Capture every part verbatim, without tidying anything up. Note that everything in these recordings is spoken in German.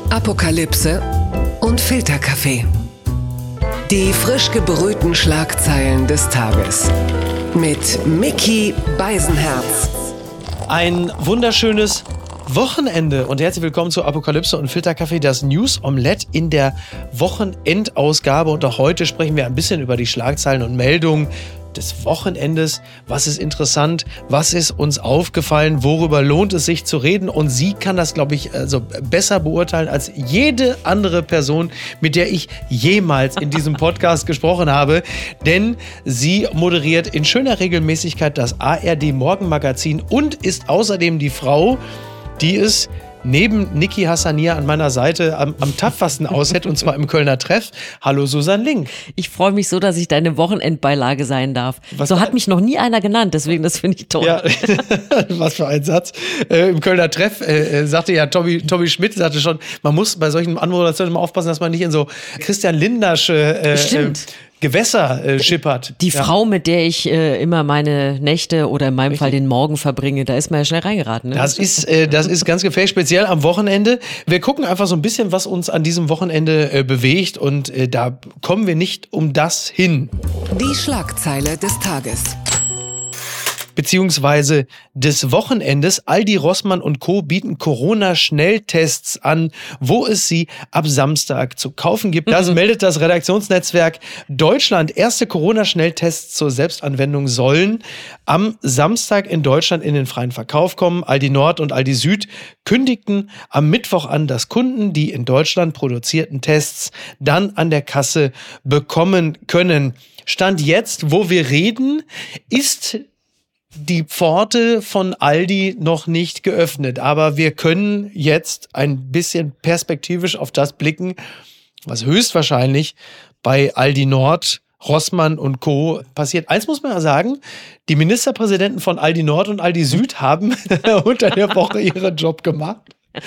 Apokalypse und Filterkaffee. Die frisch gebrühten Schlagzeilen des Tages. Mit Micky Beisenherz. Ein wunderschönes Wochenende und herzlich willkommen zu Apokalypse und Filterkaffee, das News Omelette in der Wochenendausgabe. Und auch heute sprechen wir ein bisschen über die Schlagzeilen und Meldungen des Wochenendes. Was ist interessant? Was ist uns aufgefallen? Worüber lohnt es sich zu reden? Und sie kann das, glaube ich, also besser beurteilen als jede andere Person, mit der ich jemals in diesem Podcast gesprochen habe. Denn sie moderiert in schöner Regelmäßigkeit das A R D Morgenmagazin und ist außerdem die Frau, die es neben Niki Hassania an meiner Seite am, am tapfersten aushält, und zwar im Kölner Treff. Hallo Susanne Link. Ich freue mich so, dass ich deine Wochenendbeilage sein darf. Was so hat mich noch nie einer genannt, deswegen das finde ich toll. Ja, was für ein Satz. Äh, Im Kölner Treff äh, sagte ja Tommy, Tommy Schmidt, sagte schon, man muss bei solchen Anmoderationen immer aufpassen, dass man nicht in so Christian Lindersche äh, Stimmt. Äh, Gewässer äh, schippert. Die ja. Frau, mit der ich äh, immer meine Nächte oder in meinem Richtig. Fall den Morgen verbringe, da ist man ja schnell reingeraten. Ne? Das ist, äh, das ist ganz gefährlich, speziell am Wochenende. Wir gucken einfach so ein bisschen, was uns an diesem Wochenende äh, bewegt, und äh, da kommen wir nicht um das hin. Die Schlagzeile des Tages. Beziehungsweise des Wochenendes. Aldi, Rossmann und Co. bieten Corona-Schnelltests an, wo es sie ab Samstag zu kaufen gibt. Das mhm. meldet das Redaktionsnetzwerk Deutschland. Erste Corona-Schnelltests zur Selbstanwendung sollen am Samstag in Deutschland in den freien Verkauf kommen. Aldi Nord und Aldi Süd kündigten am Mittwoch an, dass Kunden die in Deutschland produzierten Tests dann an der Kasse bekommen können. Stand jetzt, wo wir reden, ist die Pforte von Aldi noch nicht geöffnet. Aber wir können jetzt ein bisschen perspektivisch auf das blicken, was höchstwahrscheinlich bei Aldi Nord, Rossmann und Co. passiert. Eins muss man ja sagen, die Ministerpräsidenten von Aldi Nord und Aldi Süd haben unter der Woche ihren Job gemacht.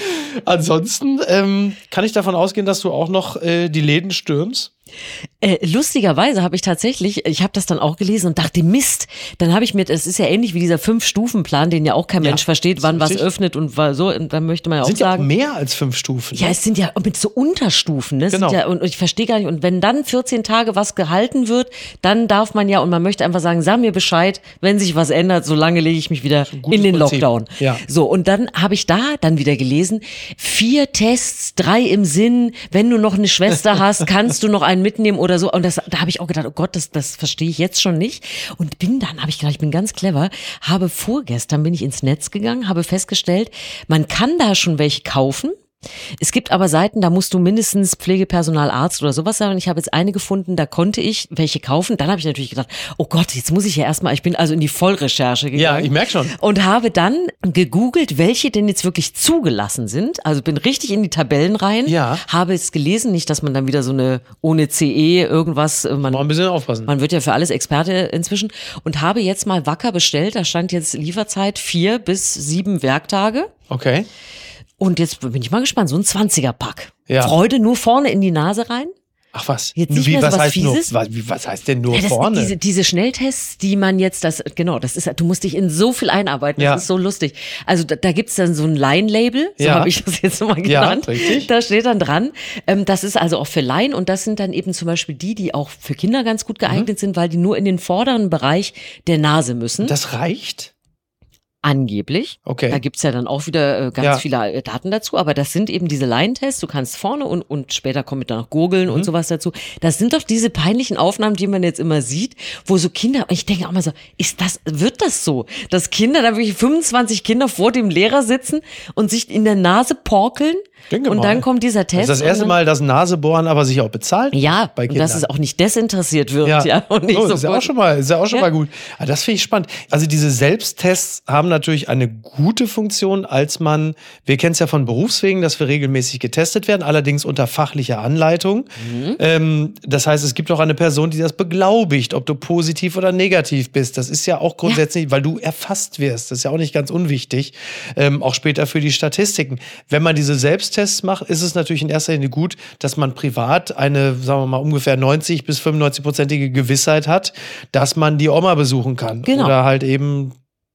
Ansonsten ähm, kann ich davon ausgehen, dass du auch noch äh, die Läden stürmst. Äh, lustigerweise habe ich tatsächlich, ich habe das dann auch gelesen und dachte, Mist, dann habe ich mir, es ist ja ähnlich wie dieser Fünf-Stufen-Plan, den ja auch kein ja, Mensch versteht, wann was öffnet und so, und dann möchte man ja auch sind sagen. Sind ja auch mehr als fünf Stufen. Ja, es sind ja mit so Unterstufen, ne? Genau. Sind ja, und ich verstehe gar nicht, und wenn dann vierzehn Tage was gehalten wird, dann darf man ja, und man möchte einfach sagen, sag mir Bescheid, wenn sich was ändert, solange lege ich mich wieder in den Prinzip. Lockdown. Ja. So, und dann habe ich da dann wieder gelesen, vier Tests, drei im Sinn, wenn du noch eine Schwester hast, kannst du noch einen mitnehmen oder so. Und das, da habe ich auch gedacht, oh Gott, das, das verstehe ich jetzt schon nicht. Und bin dann, habe ich gedacht, ich bin ganz clever, habe vorgestern bin ich ins Netz gegangen, habe festgestellt, man kann da schon welche kaufen. Es gibt aber Seiten, da musst du mindestens Pflegepersonal, Arzt oder sowas sein. Und ich habe jetzt eine gefunden, da konnte ich welche kaufen. Dann habe ich natürlich gedacht, oh Gott, jetzt muss ich ja erstmal, ich bin also in die Vollrecherche gegangen. Ja, ich merke schon. Und habe dann gegoogelt, welche denn jetzt wirklich zugelassen sind. Also bin richtig in die Tabellen rein. Ja. Habe es gelesen, nicht, dass man dann wieder so eine ohne C E irgendwas. Man, Mal ein bisschen aufpassen. Man wird ja für alles Experte inzwischen. Und habe jetzt mal wacker bestellt. Da stand jetzt Lieferzeit vier bis sieben Werktage. Okay. Und jetzt bin ich mal gespannt, so ein zwanziger-Pack. Ja. Freude nur vorne in die Nase rein. Ach was? Jetzt nicht Wie, mehr so was, was heißt nur, Fieses? was, was heißt denn nur Ja, das, vorne? Diese, diese Schnelltests, die man jetzt, das genau, das ist, du musst dich in so viel einarbeiten, das ja. ist so lustig. Also da, da gibt's dann so ein Laien-Label, so ja. habe ich das jetzt mal genannt. Ja, richtig. Da steht dann dran, ähm, das ist also auch für Laien, und das sind dann eben zum Beispiel die, die auch für Kinder ganz gut geeignet mhm. sind, weil die nur in den vorderen Bereich der Nase müssen. Das reicht? Angeblich. Okay. Da gibt's ja dann auch wieder äh, ganz ja. viele äh, Daten dazu, aber das sind eben diese Laientests, du kannst vorne und, und später kommt dann noch Gurgeln mhm. und sowas dazu. Das sind doch diese peinlichen Aufnahmen, die man jetzt immer sieht, wo so Kinder, ich denke auch mal so, ist das, wird das so, dass Kinder, da wirklich fünfundzwanzig Kinder vor dem Lehrer sitzen und sich in der Nase porkeln? Denke und mal. Dann kommt dieser Test. Das ist das erste Mal, dass Nasebohren aber sich auch bezahlt. Ja, bei und Kindern. dass es auch nicht desinteressiert wird. Ja, ja und nicht so, so ist ja auch schon mal, ist ja auch schon ja. mal gut. Aber das finde ich spannend. Also diese Selbsttests haben natürlich eine gute Funktion, als man, wir kennen es ja von Berufswegen, dass wir regelmäßig getestet werden, allerdings unter fachlicher Anleitung. Mhm. Ähm, das heißt, es gibt auch eine Person, die das beglaubigt, ob du positiv oder negativ bist. Das ist ja auch grundsätzlich, ja. weil du erfasst wirst. Das ist ja auch nicht ganz unwichtig. Ähm, auch später für die Statistiken. Wenn man diese Selbsttests macht, ist es natürlich in erster Linie gut, dass man privat eine, sagen wir mal, ungefähr neunzig bis fünfundneunzig-prozentige Gewissheit hat, dass man die Oma besuchen kann. Genau. Oder halt eben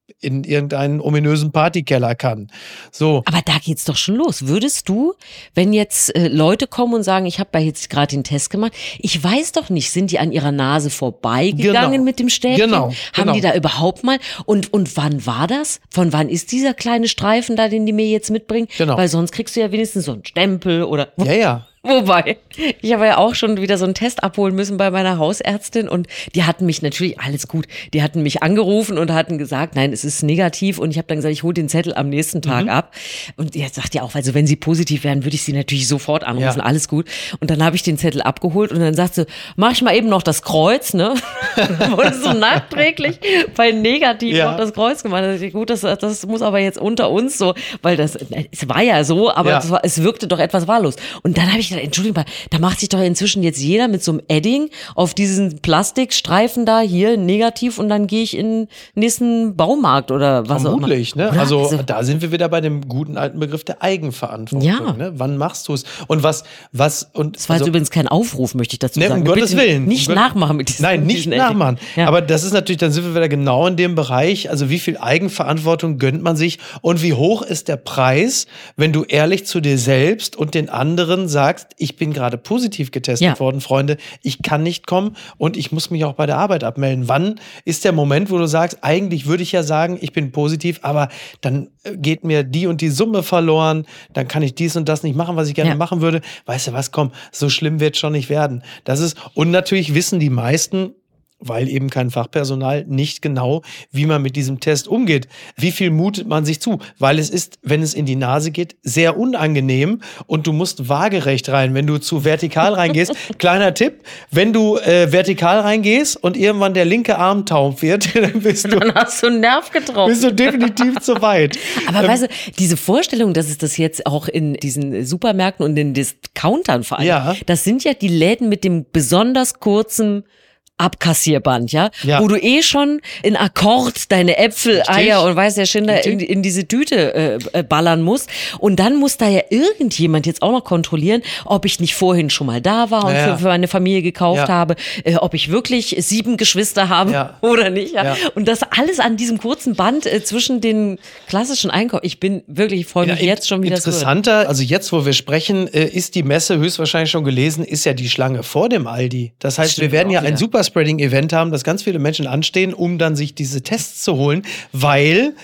in irgendeinen ominösen Partykeller kann. So. Aber da geht's doch schon los. Würdest du, wenn jetzt äh, Leute kommen und sagen, ich habe da jetzt gerade den Test gemacht, ich weiß doch nicht, sind die an ihrer Nase vorbeigegangen Genau. mit dem Stäbchen? Genau, Haben genau. die da überhaupt mal? Und und wann war das? Von wann ist dieser kleine Streifen da, den die mir jetzt mitbringen? Genau. Weil sonst kriegst du ja wenigstens so einen Stempel oder. Ja, ja. Wobei, ich habe ja auch schon wieder so einen Test abholen müssen bei meiner Hausärztin und die hatten mich natürlich, alles gut, die hatten mich angerufen und hatten gesagt, nein, es ist negativ und ich habe dann gesagt, ich hole den Zettel am nächsten Tag Mhm. ab und jetzt sagt ja auch, also wenn sie positiv wären, würde ich sie natürlich sofort anrufen, Ja. alles gut. Und dann habe ich den Zettel abgeholt und dann sagt sie, mach ich mal eben noch das Kreuz, ne? Dann wurde so nachträglich bei negativ Ja. noch das Kreuz gemacht. Da dachte ich, gut, das, das muss aber jetzt unter uns so, weil das, es war ja so, aber Ja. es, war, es wirkte doch etwas wahllos. Und dann habe ich gedacht, Entschuldigung, da macht sich doch inzwischen jetzt jeder mit so einem Edding auf diesen Plastikstreifen da hier negativ und dann gehe ich in den nächsten Baumarkt oder was Vermutlich, auch immer. ne? Oder? Also da sind wir wieder bei dem guten alten Begriff der Eigenverantwortung. Ja. Ne? Wann machst du es? Und was, was, und Das war also, jetzt übrigens kein Aufruf, möchte ich dazu Ne, sagen. um Gottes Bitte Willen. Nicht Um Gott- nachmachen mit diesem Nein, nicht diesen Edding. nachmachen. Ja. Aber das ist natürlich, dann sind wir wieder genau in dem Bereich, also wie viel Eigenverantwortung gönnt man sich und wie hoch ist der Preis, wenn du ehrlich zu dir selbst und den anderen sagst, ich bin gerade positiv getestet Ja. worden, Freunde, ich kann nicht kommen und ich muss mich auch bei der Arbeit abmelden. Wann ist der Moment, wo du sagst, eigentlich würde ich ja sagen, ich bin positiv, aber dann äh, geht mir die und die Summe verloren, dann kann ich dies und das nicht machen, was ich gerne Ja. machen würde. Weißt du was, komm, so schlimm wird es schon nicht werden. Das ist, und natürlich wissen die meisten, weil eben kein Fachpersonal, nicht genau, wie man mit diesem Test umgeht. Wie viel mutet man sich zu? Weil es ist, wenn es in die Nase geht, sehr unangenehm und du musst waagerecht rein, wenn du zu vertikal reingehst. Kleiner Tipp, wenn du äh, vertikal reingehst und irgendwann der linke Arm taub wird, dann bist du, Dann hast du einen Nerv getroffen. bist du definitiv zu weit. Aber Ähm, weißt du, diese Vorstellung, dass es das jetzt auch in diesen Supermärkten und in Discountern vor allem, Ja. das sind ja die Läden mit dem besonders kurzen Abkassierband, ja? Ja. Wo du eh schon in Akkord deine Äpfel, Richtig. Eier und weiß der Schinder in, Richtig. in diese Tüte äh, äh, ballern musst. Und dann muss da ja irgendjemand jetzt auch noch kontrollieren, ob ich nicht vorhin schon mal da war und Ja, ja. für, für meine Familie gekauft Ja. habe, äh, ob ich wirklich sieben Geschwister habe Ja. oder nicht. Ja? Ja. Und das alles an diesem kurzen Band äh, zwischen den klassischen Einkäufen. Ich bin wirklich, ich freue mich Ja, jetzt schon wieder zu hören. interessanter, also jetzt, wo wir sprechen, äh, ist die Messe höchstwahrscheinlich schon gelesen, ist ja die Schlange vor dem Aldi. Das heißt, Stimmt wir werden auch ja ein wieder. Superspreading-Event haben, dass ganz viele Menschen anstehen, um dann sich diese Tests zu holen, weil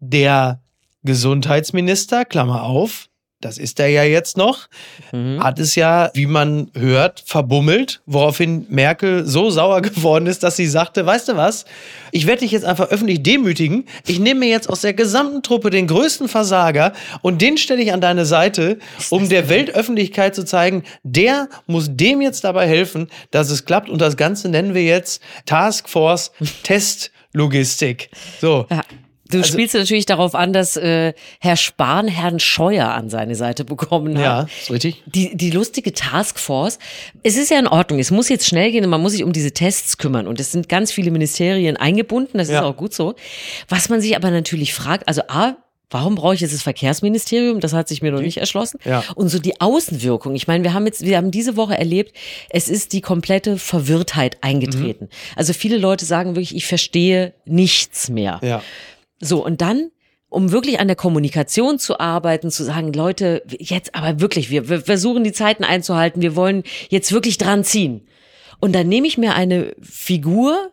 der Gesundheitsminister, Klammer auf, das ist er ja jetzt noch, Mhm. hat es ja, wie man hört, verbummelt, woraufhin Merkel so sauer geworden ist, dass sie sagte, weißt du was, ich werde dich jetzt einfach öffentlich demütigen, ich nehme mir jetzt aus der gesamten Truppe den größten Versager und den stelle ich an deine Seite, um der Weltöffentlichkeit zu zeigen, der muss dem jetzt dabei helfen, dass es klappt und das Ganze nennen wir jetzt Taskforce Testlogistik. So. Ja. Du Also- spielst natürlich darauf an, dass äh, Herr Spahn Herrn Scheuer an seine Seite bekommen hat. Ja, ist richtig. Die, die lustige Taskforce, es ist ja in Ordnung, es muss jetzt schnell gehen und man muss sich um diese Tests kümmern und es sind ganz viele Ministerien eingebunden, das ist Ja. auch gut so. Was man sich aber natürlich fragt, also A, warum brauche ich jetzt das Verkehrsministerium? Das hat sich mir noch nicht erschlossen. Ja. Und so die Außenwirkung. Ich meine, wir haben jetzt, wir haben diese Woche erlebt, es ist die komplette Verwirrtheit eingetreten. Also viele Leute sagen wirklich, ich verstehe nichts mehr. Ja. So, und dann, um wirklich an der Kommunikation zu arbeiten, zu sagen, Leute, jetzt aber wirklich, wir, wir versuchen die Zeiten einzuhalten, wir wollen jetzt wirklich dran ziehen. Und dann nehme ich mir eine Figur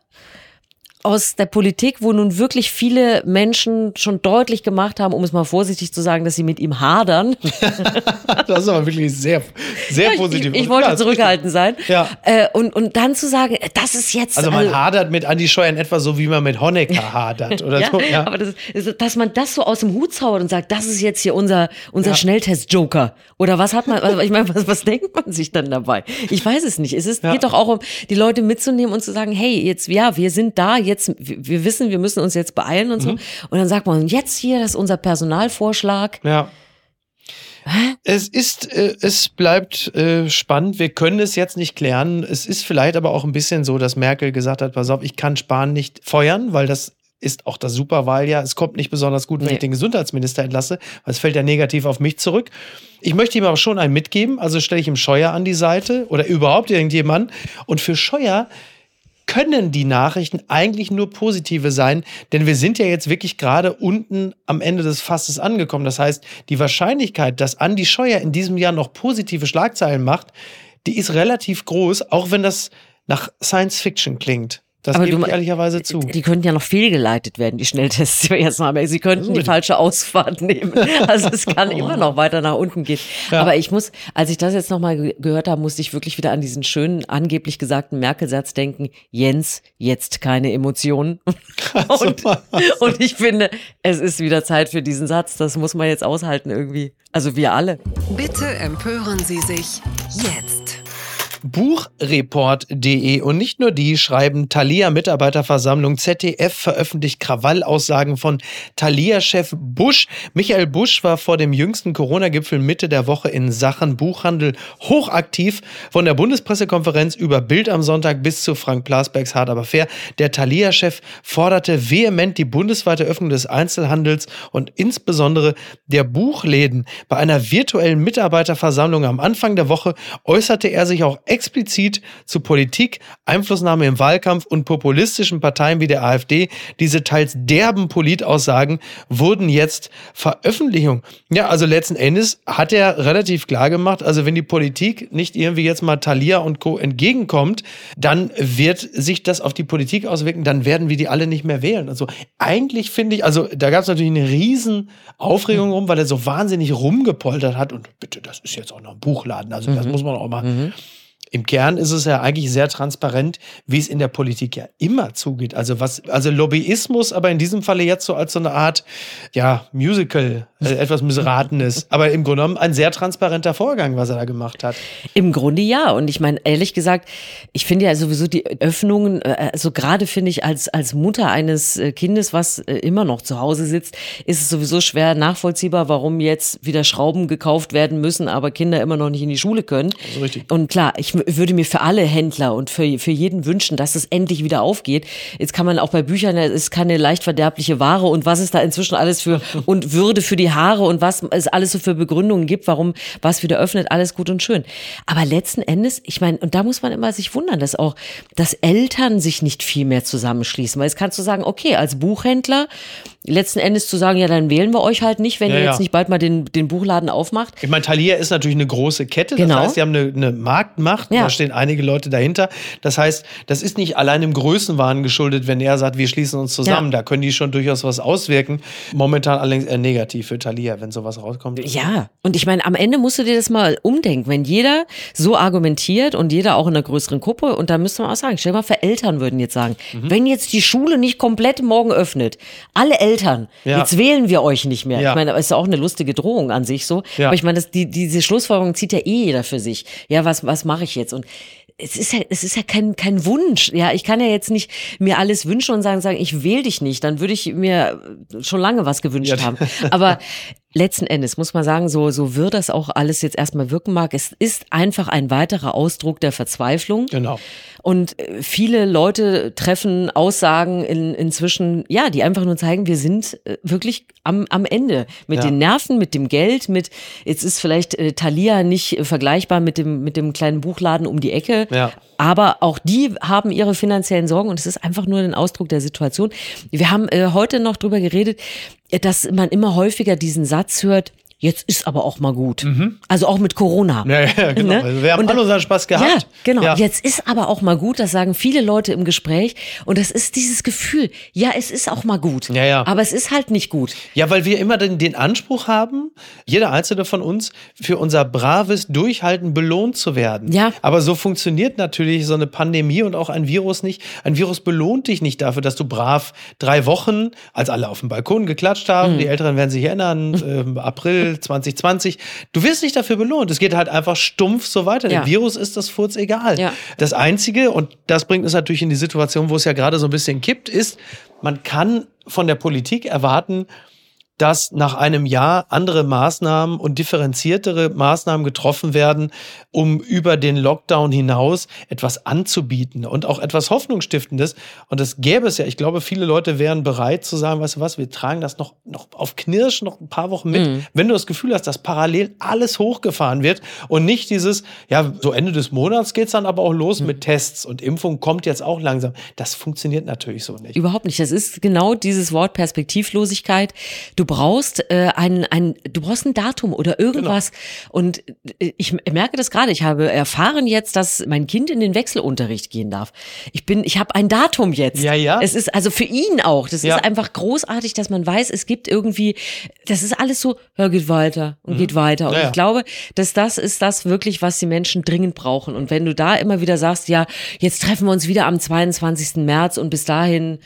aus der Politik, wo nun wirklich viele Menschen schon deutlich gemacht haben, um es mal vorsichtig zu sagen, dass sie mit ihm hadern. Das ist aber wirklich sehr, sehr Ja, positiv. Ich, ich wollte Ja, ist zurückhaltend sein. Ja. Äh, und, und dann zu sagen, das ist jetzt. Also man äh, hadert mit Andi Scheuer in etwa so, wie man mit Honecker hadert oder ja, so. Ja. aber das, ist- dass man das so aus dem Hut zaubert und sagt, das ist jetzt hier unser, unser Ja. Schnelltest-Joker. Oder was hat man, also ich meine, was, was denkt man sich dann dabei? Ich weiß es nicht. Es ist, Ja. geht doch auch um, die Leute mitzunehmen und zu sagen, hey, jetzt, ja, wir sind da, jetzt, wir wir wissen, wir müssen uns jetzt beeilen und so. Mhm. Und dann sagt man, jetzt hier, das ist unser Personalvorschlag. Ja. Es ist, äh, es bleibt äh, spannend. Wir können es jetzt nicht klären. Es ist vielleicht aber auch ein bisschen so, dass Merkel gesagt hat, pass auf, ich kann Spahn nicht feuern, weil das ist auch das Superwahljahr. Es kommt nicht besonders gut, wenn Nee. ich den Gesundheitsminister entlasse, weil es fällt ja negativ auf mich zurück. Ich möchte ihm aber schon einen mitgeben, also stelle ich ihm Scheuer an die Seite oder überhaupt irgendjemanden. Und für Scheuer können die Nachrichten eigentlich nur positive sein, denn wir sind ja jetzt wirklich gerade unten am Ende des Fasses angekommen. Das heißt, die Wahrscheinlichkeit, dass Andi Scheuer in diesem Jahr noch positive Schlagzeilen macht, die ist relativ groß, auch wenn das nach Science Fiction klingt. Das aber gebe du, ich ehrlicherweise zu. Die könnten ja noch fehlgeleitet werden, die Schnelltests. Jetzt mal. Sie könnten die falsche Ausfahrt nehmen. Also es kann immer noch weiter nach unten gehen. Ja. Aber ich muss, als ich das jetzt nochmal gehört habe, musste ich wirklich wieder an diesen schönen, angeblich gesagten Merkel-Satz denken. Jens, jetzt keine Emotionen. Und, und ich finde, es ist wieder Zeit für diesen Satz. Das muss man jetzt aushalten irgendwie. Also wir alle. Bitte empören Sie sich jetzt. Buchreport punkt de und nicht nur die schreiben Thalia-Mitarbeiterversammlung, Z D F veröffentlicht Krawallaussagen von Thalia-Chef Busch. Michael Busch war vor dem jüngsten Corona-Gipfel Mitte der Woche in Sachen Buchhandel hochaktiv. Von der Bundespressekonferenz über Bild am Sonntag bis zu Frank Plasbergs Hart aber fair. Der Thalia-Chef forderte vehement die bundesweite Öffnung des Einzelhandels und insbesondere der Buchläden. Bei einer virtuellen Mitarbeiterversammlung am Anfang der Woche äußerte er sich auch explizit zu Politik, Einflussnahme im Wahlkampf und populistischen Parteien wie der AfD. Diese teils derben Politaussagen wurden jetzt Veröffentlichung. Ja, also letzten Endes hat er relativ klar gemacht, also wenn die Politik nicht irgendwie jetzt mal Thalia und Co. entgegenkommt, dann wird sich das auf die Politik auswirken, dann werden wir die alle nicht mehr wählen. Also eigentlich finde ich, also da gab es natürlich eine riesen Aufregung rum, weil er so wahnsinnig rumgepoltert hat und bitte, das ist jetzt auch noch ein Buchladen, also das mhm. muss man auch mal... Mhm. Im Kern ist es ja eigentlich sehr transparent, wie es in der Politik ja immer zugeht. Also was, also Lobbyismus, aber in diesem Falle jetzt so als so eine Art, ja, Musical, äh, etwas Missratenes. Aber im Grunde genommen ein sehr transparenter Vorgang, was er da gemacht hat. Im Grunde ja. Und ich meine, ehrlich gesagt, ich finde ja sowieso die Öffnungen, also gerade finde ich als, als Mutter eines Kindes, was immer noch zu Hause sitzt, ist es sowieso schwer nachvollziehbar, warum jetzt wieder Schrauben gekauft werden müssen, aber Kinder immer noch nicht in die Schule können. Also richtig. Und klar, ich würde mir für alle Händler und für, für jeden wünschen, dass es endlich wieder aufgeht. Jetzt kann man auch bei Büchern, es ist keine leicht verderbliche Ware und was es da inzwischen alles für und Würde für die Haare und was es alles so für Begründungen gibt, warum was wieder öffnet, alles gut und schön. Aber letzten Endes, ich meine, und da muss man immer sich wundern, dass auch, dass Eltern sich nicht viel mehr zusammenschließen. Weil jetzt kannst du sagen, okay, als Buchhändler letzten Endes zu sagen, ja, dann wählen wir euch halt nicht, wenn ja, ihr jetzt ja. nicht bald mal den, den Buchladen aufmacht. Ich meine, Thalia ist natürlich eine große Kette, das genau. heißt, sie haben eine, eine Marktmacht, ja. da stehen einige Leute dahinter. Das heißt, das ist nicht allein im Größenwahn geschuldet, wenn er sagt, wir schließen uns zusammen. Ja. Da können die schon durchaus was auswirken. Momentan allerdings eher negativ für Thalia, wenn sowas rauskommt. Ja, und ich meine, am Ende musst du dir das mal umdenken, wenn jeder so argumentiert und jeder auch in einer größeren Gruppe, und da müsste man auch sagen, stell dir mal für Eltern würden jetzt sagen, mhm. wenn jetzt die Schule nicht komplett morgen öffnet, alle Eltern, ja. jetzt wählen wir euch nicht mehr. Ja. Ich meine, das ist auch eine lustige Drohung an sich so. Ja. Aber ich meine, das, die, diese Schlussfolgerung zieht ja eh jeder für sich. Ja, was, was mache ich jetzt? Und es ist ja, es ist ja kein, kein Wunsch. Ja, ich kann ja jetzt nicht mir alles wünschen und sagen, sagen, ich wähle dich nicht. Dann würde ich mir schon lange was gewünscht ja. haben. Aber letzten Endes muss man sagen, so, so wird das auch alles jetzt erstmal wirken mag. Es ist einfach ein weiterer Ausdruck der Verzweiflung. Genau. Und viele Leute treffen Aussagen in, inzwischen, ja, die einfach nur zeigen, wir sind wirklich am, am Ende. Mit ja. den Nerven, mit dem Geld, mit, jetzt ist vielleicht äh, Thalia nicht vergleichbar mit dem, mit dem kleinen Buchladen um die Ecke. Ja. Aber auch die haben ihre finanziellen Sorgen und es ist einfach nur ein Ausdruck der Situation. Wir haben äh, heute noch drüber geredet, dass man immer häufiger diesen Satz hört, jetzt ist aber auch mal gut. Mhm. Also auch mit Corona. Ja, ja genau. Ne? Also wir haben alle unseren Spaß gehabt. Ja, genau. Ja. Jetzt ist aber auch mal gut, das sagen viele Leute im Gespräch. Und das ist dieses Gefühl, ja, es ist auch mal gut. Ja, ja. Aber es ist halt nicht gut. Ja, weil wir immer den, den Anspruch haben, jeder einzelne von uns, für unser braves Durchhalten belohnt zu werden. Ja. Aber so funktioniert natürlich so eine Pandemie und auch ein Virus nicht. Ein Virus belohnt dich nicht dafür, dass du brav drei Wochen, als alle auf dem Balkon geklatscht haben, mhm. die Älteren werden sich erinnern, äh, April zwanzig zwanzig. Du wirst nicht dafür belohnt. Es geht halt einfach stumpf so weiter. Ja. Dem Virus ist das Furz egal. Ja. Das Einzige, und das bringt uns natürlich in die Situation, wo es ja gerade so ein bisschen kippt, ist, man kann von der Politik erwarten, dass nach einem Jahr andere Maßnahmen und differenziertere Maßnahmen getroffen werden, um über den Lockdown hinaus etwas anzubieten und auch etwas Hoffnungsstiftendes. Und das gäbe es ja. Ich glaube, viele Leute wären bereit zu sagen, weißt du was, wir tragen das noch, noch auf Knirsch noch ein paar Wochen mit. Mhm. Wenn du das Gefühl hast, dass parallel alles hochgefahren wird und nicht dieses, ja, so Ende des Monats geht's dann aber auch los mhm. mit Tests und Impfung kommt jetzt auch langsam. Das funktioniert natürlich so nicht. Überhaupt nicht. Das ist genau dieses Wort Perspektivlosigkeit. Du brauchst äh, ein, ein, du brauchst ein Datum oder irgendwas. Genau. Und äh, ich merke das gerade. Ich habe erfahren jetzt, dass mein Kind in den Wechselunterricht gehen darf. Ich bin, ich habe ein Datum jetzt. Ja, ja. Es ist also für ihn auch. Das ja. ist einfach großartig, dass man weiß, es gibt irgendwie, das ist alles so, ja, geht weiter und mhm. geht weiter. Und ja, ja. ich glaube, dass das ist das wirklich, was die Menschen dringend brauchen. Und wenn du da immer wieder sagst, ja, jetzt treffen wir uns wieder am zweiundzwanzigsten März und bis dahin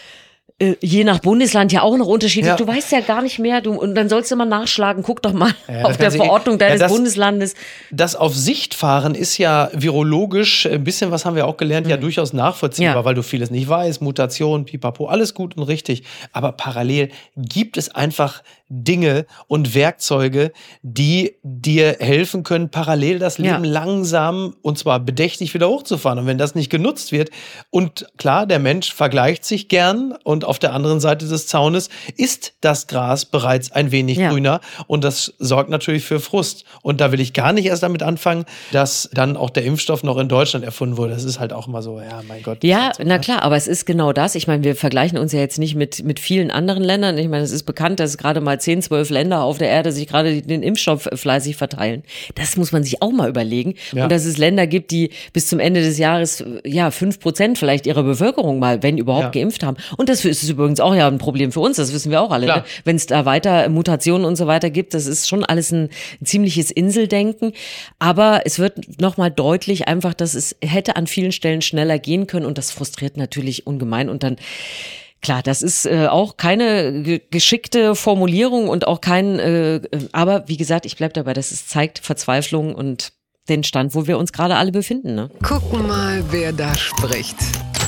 äh, je nach Bundesland ja auch noch unterschiedlich. Ja. Du weißt ja gar nicht mehr. Du, und dann sollst du mal nachschlagen. Guck doch mal ja, auf der Verordnung deines ja, das, Bundeslandes. Das auf Sicht fahren ist ja virologisch ein bisschen, was haben wir auch gelernt, mhm. ja durchaus nachvollziehbar, ja. weil du vieles nicht weißt. Mutation, pipapo, alles gut und richtig. Aber parallel gibt es einfach Dinge und Werkzeuge, die dir helfen können, parallel das Leben ja. langsam und zwar bedächtig wieder hochzufahren. Und wenn das nicht genutzt wird und klar, der Mensch vergleicht sich gern und auf der anderen Seite des Zaunes ist das Gras bereits ein wenig ja. grüner und das sorgt natürlich für Frust. Und da will ich gar nicht erst damit anfangen, dass dann auch der Impfstoff noch in Deutschland erfunden wurde. Das ist halt auch immer so, ja, mein Gott. Ja, so, na klar, aber es ist genau das. Ich meine, wir vergleichen uns ja jetzt nicht mit, mit vielen anderen Ländern. Ich meine, es ist bekannt, dass gerade mal zehn, zwölf Länder auf der Erde sich gerade den Impfstoff fleißig verteilen. Das muss man sich auch mal überlegen. Ja. Und dass es Länder gibt, die bis zum Ende des Jahres ja fünf Prozent vielleicht ihrer Bevölkerung mal, wenn überhaupt, ja. geimpft haben. Und das ist übrigens auch ja ein Problem für uns, das wissen wir auch alle. Ne? Wenn es da weiter Mutationen und so weiter gibt, das ist schon alles ein, ein ziemliches Inseldenken. Aber es wird nochmal deutlich einfach, dass es hätte an vielen Stellen schneller gehen können und das frustriert natürlich ungemein. Und dann klar, das ist äh, auch keine ge- geschickte Formulierung und auch kein, äh, aber wie gesagt, ich bleib dabei, das ist, zeigt Verzweiflung und den Stand, wo wir uns gerade alle befinden. Ne? Gucken mal, wer da spricht.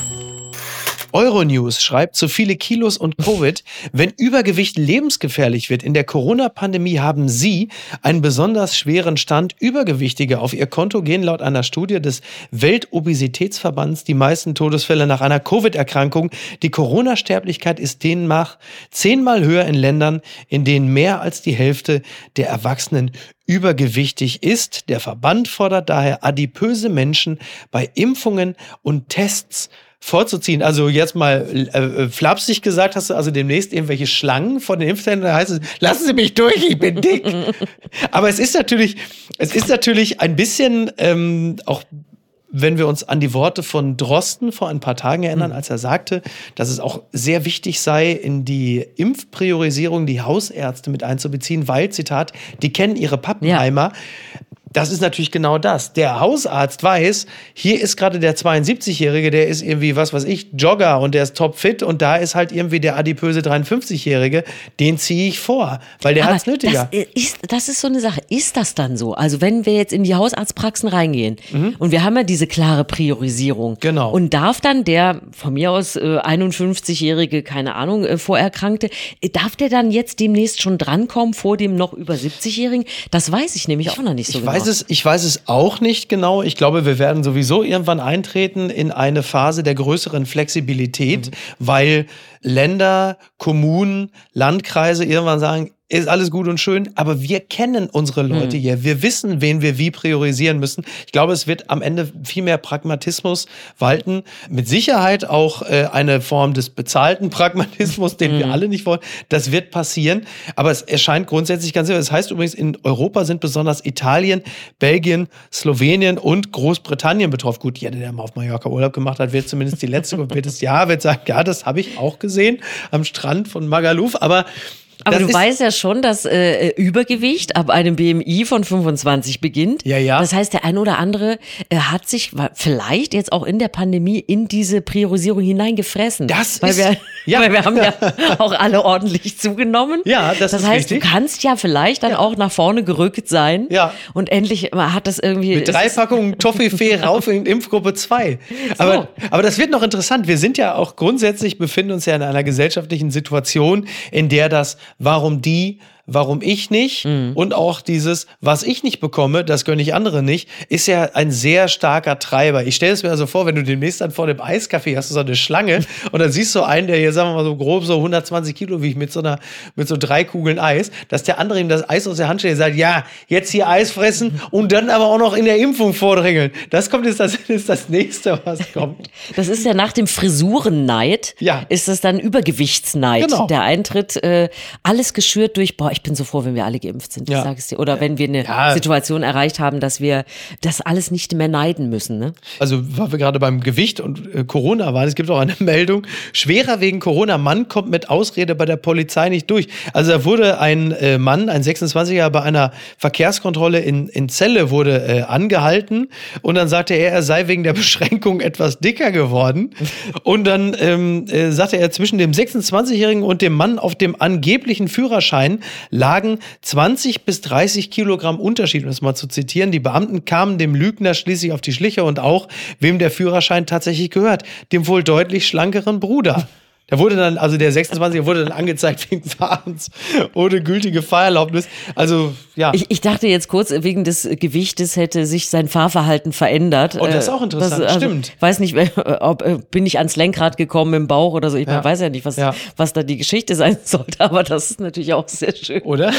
Euronews schreibt, zu viele Kilos und Covid. Wenn Übergewicht lebensgefährlich wird, in der Corona-Pandemie haben Sie einen besonders schweren Stand. Übergewichtige auf ihr Konto gehen laut einer Studie des Weltobesitätsverbands die meisten Todesfälle nach einer Covid-Erkrankung. Die Corona-Sterblichkeit ist demnach zehnmal höher in Ländern, in denen mehr als die Hälfte der Erwachsenen übergewichtig ist. Der Verband fordert daher, adipöse Menschen bei Impfungen und Tests vorzuziehen. Also jetzt mal äh, flapsig gesagt, hast du also demnächst irgendwelche Schlangen vor den Impfzentren, da heißt es, lassen Sie mich durch, ich bin dick. Aber es ist natürlich, es ist natürlich ein bisschen ähm, auch, wenn wir uns an die Worte von Drosten vor ein paar Tagen erinnern, als er sagte, dass es auch sehr wichtig sei, in die Impfpriorisierung die Hausärzte mit einzubeziehen, weil, Zitat, die kennen ihre Pappenheimer. Ja. Das ist natürlich genau das. Der Hausarzt weiß, hier ist gerade der zweiundsiebzigjährige, der ist irgendwie, was weiß ich, Jogger und der ist topfit und da ist halt irgendwie der adipöse dreiundfünfzigjährige, den ziehe ich vor, weil der hat's nötiger. Das ist, das ist so eine Sache. Ist das dann so? Also wenn wir jetzt in die Hausarztpraxen reingehen mhm. und wir haben ja diese klare Priorisierung. Genau. Und darf dann der von mir aus äh, einundfünfzigjährige, keine Ahnung, äh, Vorerkrankte, äh, darf der dann jetzt demnächst schon drankommen vor dem noch über siebzigjährigen? Das weiß ich nämlich auch noch nicht so ich genau. Weiß es, ich weiß es auch nicht genau. Ich glaube, wir werden sowieso irgendwann eintreten in eine Phase der größeren Flexibilität, mhm. weil Länder, Kommunen, Landkreise irgendwann sagen, ist alles gut und schön, aber wir kennen unsere Leute mhm. hier. Wir wissen, wen wir wie priorisieren müssen. Ich glaube, es wird am Ende viel mehr Pragmatismus walten. Mit Sicherheit auch äh, eine Form des bezahlten Pragmatismus, den mhm. wir alle nicht wollen. Das wird passieren, aber es erscheint grundsätzlich ganz sicher. Das heißt übrigens, in Europa sind besonders Italien, Belgien, Slowenien und Großbritannien betroffen. Gut, jeder, der mal auf Mallorca Urlaub gemacht hat, wird zumindest die letzte wird es ja, wird sagen, ja, das habe ich auch gesehen am Strand von Magaluf, aber Aber das du weißt ja schon, dass äh, Übergewicht ab einem B M I von fünfundzwanzig beginnt. Ja, ja. Das heißt, der ein oder andere äh, hat sich vielleicht jetzt auch in der Pandemie in diese Priorisierung hineingefressen. Das weil ist, wir, ja. weil wir haben ja auch alle ordentlich zugenommen. Ja, das, das ist heißt, richtig. Du kannst ja vielleicht dann ja. auch nach vorne gerückt sein. Ja. Und endlich hat das irgendwie... Mit drei Packungen Toffifee rauf in Impfgruppe zwei. So. Aber, aber das wird noch interessant. Wir sind ja auch grundsätzlich, befinden uns ja in einer gesellschaftlichen Situation, in der das warum die, warum ich nicht mhm. und auch dieses, was ich nicht bekomme, das gönne ich andere nicht, ist ja ein sehr starker Treiber. Ich stelle es mir also vor, wenn du demnächst dann vor dem Eiscafé hast, du so eine Schlange und dann siehst du einen, der hier, sagen wir mal so grob so hundertzwanzig Kilo wiegt mit so einer, mit so drei Kugeln Eis, dass der andere ihm das Eis aus der Hand stellt und sagt, ja, jetzt hier Eis fressen und dann aber auch noch in der Impfung vordrängeln. Das kommt jetzt, das ist das nächste, was kommt. Das ist ja nach dem Frisurenneid, ja. ist das dann Übergewichtsneid. Genau. Der Eintritt, äh, alles geschürt durch, boah, ich bin so froh, wenn wir alle geimpft sind, ja. ich sage es dir. Oder ja. wenn wir eine ja. Situation erreicht haben, dass wir das alles nicht mehr neiden müssen. Ne? Also, weil wir gerade beim Gewicht und äh, Corona waren, es gibt auch eine Meldung, schwerer wegen Corona, Mann kommt mit Ausrede bei der Polizei nicht durch. Also da wurde ein äh, Mann, ein sechsundzwanziger, bei einer Verkehrskontrolle in, in Celle wurde äh, angehalten und dann sagte er, er sei wegen der Beschränkung etwas dicker geworden. Und dann ähm, äh, sagte er, zwischen dem sechsundzwanzigjährigen und dem Mann auf dem angeblichen Führerschein lagen zwanzig bis dreißig Kilogramm Unterschied, um das mal zu zitieren. Die Beamten kamen dem Lügner schließlich auf die Schliche und auch, wem der Führerschein tatsächlich gehört, dem wohl deutlich schlankeren Bruder. Der wurde dann, also der sechsundzwanziger wurde dann angezeigt wegen Fahrens ohne gültige Fahrerlaubnis. Also, ja. Ich, ich dachte jetzt kurz, wegen des Gewichtes hätte sich sein Fahrverhalten verändert. Oh, das ist auch interessant, das, also, stimmt. Weiß nicht, ob bin ich ans Lenkrad gekommen im Bauch oder so. Ich ja. weiß ja nicht, was, ja. was da die Geschichte sein sollte, aber das ist natürlich auch sehr schön. Oder?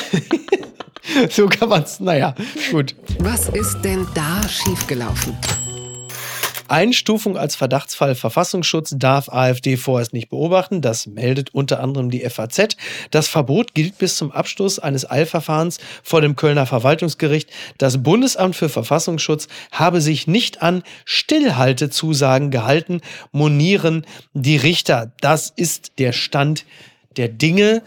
So kann man's, naja, gut. Was ist denn da schiefgelaufen? Einstufung als Verdachtsfall Verfassungsschutz darf AfD vorerst nicht beobachten. Das meldet unter anderem die F A Z. Das Verbot gilt bis zum Abschluss eines Eilverfahrens vor dem Kölner Verwaltungsgericht. Das Bundesamt für Verfassungsschutz habe sich nicht an Stillhaltezusagen gehalten, monieren die Richter. Das ist der Stand der Dinge.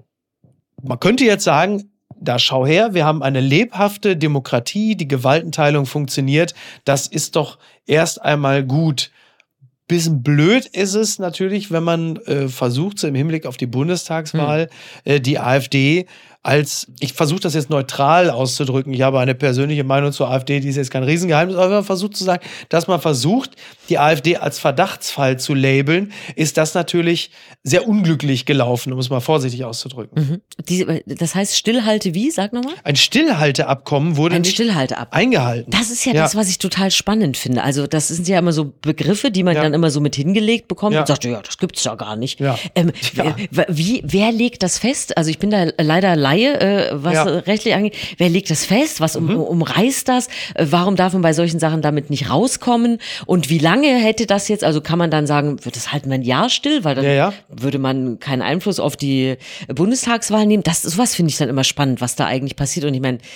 Man könnte jetzt sagen, da schau her, wir haben eine lebhafte Demokratie, die Gewaltenteilung funktioniert. Das ist doch erst einmal gut. Bisschen blöd ist es natürlich, wenn man äh, versucht, so im Hinblick auf die Bundestagswahl, hm. äh, die AfD als, ich versuche das jetzt neutral auszudrücken, ich habe eine persönliche Meinung zur AfD, die ist jetzt kein Riesengeheimnis, aber wenn man versucht zu sagen, dass man versucht, die AfD als Verdachtsfall zu labeln, ist das natürlich sehr unglücklich gelaufen, um es mal vorsichtig auszudrücken. Mhm. Die, das heißt Stillhalte wie? Sag nochmal. Ein Stillhalteabkommen wurde Ein nicht Stillhalteabkommen. eingehalten. Das ist ja, ja das, was ich total spannend finde. Also das sind ja immer so Begriffe, die man ja. dann immer so mit hingelegt bekommt ja. und sagt, ja, das gibt's ja gar nicht. Ja. Ähm, ja. Wie, wer legt das fest? Also ich bin da leider Laie, äh, was ja. rechtlich angeht. Wer legt das fest? Was um, mhm. umreißt das? Äh, warum darf man bei solchen Sachen damit nicht rauskommen? Und wie lange hätte das jetzt, also kann man dann sagen, wird das halt mal ein Jahr still, weil dann ja, ja. würde man keinen Einfluss auf die Bundestagswahl nehmen. Das, sowas finde ich dann immer spannend, was da eigentlich passiert. Und ich meine,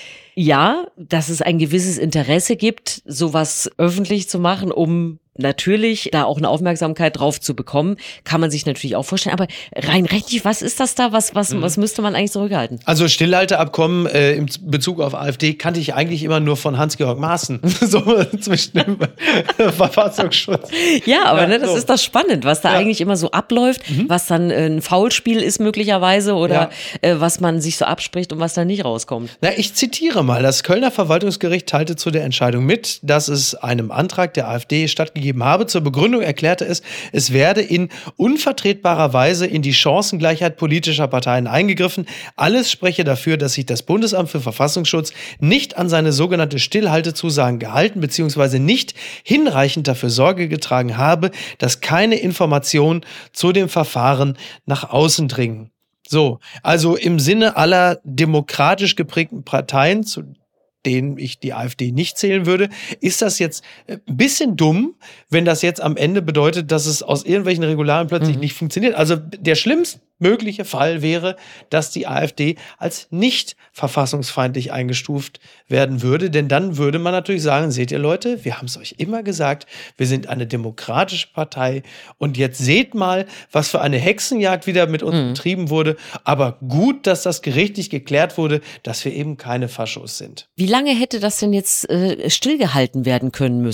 ja, dass es ein gewisses Interesse gibt, sowas öffentlich zu machen, um natürlich da auch eine Aufmerksamkeit drauf zu bekommen, kann man sich natürlich auch vorstellen. Aber rein rechtlich, was ist das da? Was, was, mhm. was müsste man eigentlich zurückhalten? Also Stillhalteabkommen äh, im Bezug auf AfD kannte ich eigentlich immer nur von Hans-Georg Maaßen. So zwischen dem Verfassungsschutz. Ja, aber ja, ne, das so. ist das spannend, was da ja. eigentlich immer so abläuft, mhm. was dann äh, ein Foulspiel ist möglicherweise oder ja. äh, was man sich so abspricht und was dann nicht rauskommt. Na, ich zitiere mal. Das Kölner Verwaltungsgericht teilte zu der Entscheidung mit, dass es einem Antrag der AfD stattgegeben habe. Zur Begründung erklärte es, es werde in unvertretbarer Weise in die Chancengleichheit politischer Parteien eingegriffen. Alles spreche dafür, dass sich das Bundesamt für Verfassungsschutz nicht an seine sogenannte Stillhaltezusagen gehalten bzw. nicht hinreichend dafür Sorge getragen habe, dass keine Informationen zu dem Verfahren nach außen dringen. So, also im Sinne aller demokratisch geprägten Parteien, zu denen ich die AfD nicht zählen würde, ist das jetzt ein bisschen dumm, wenn das jetzt am Ende bedeutet, dass es aus irgendwelchen Regularien plötzlich mhm. nicht funktioniert. Also der schlimmstmögliche Fall wäre, dass die AfD als nicht verfassungsfeindlich eingestuft werden würde, denn dann würde man natürlich sagen, seht ihr Leute, wir haben es euch immer gesagt, wir sind eine demokratische Partei und jetzt seht mal, was für eine Hexenjagd wieder mit uns mhm. betrieben wurde, aber gut, dass das gerichtlich geklärt wurde, dass wir eben keine Faschos sind. Wie lange hätte das denn jetzt äh, stillgehalten werden können müssen?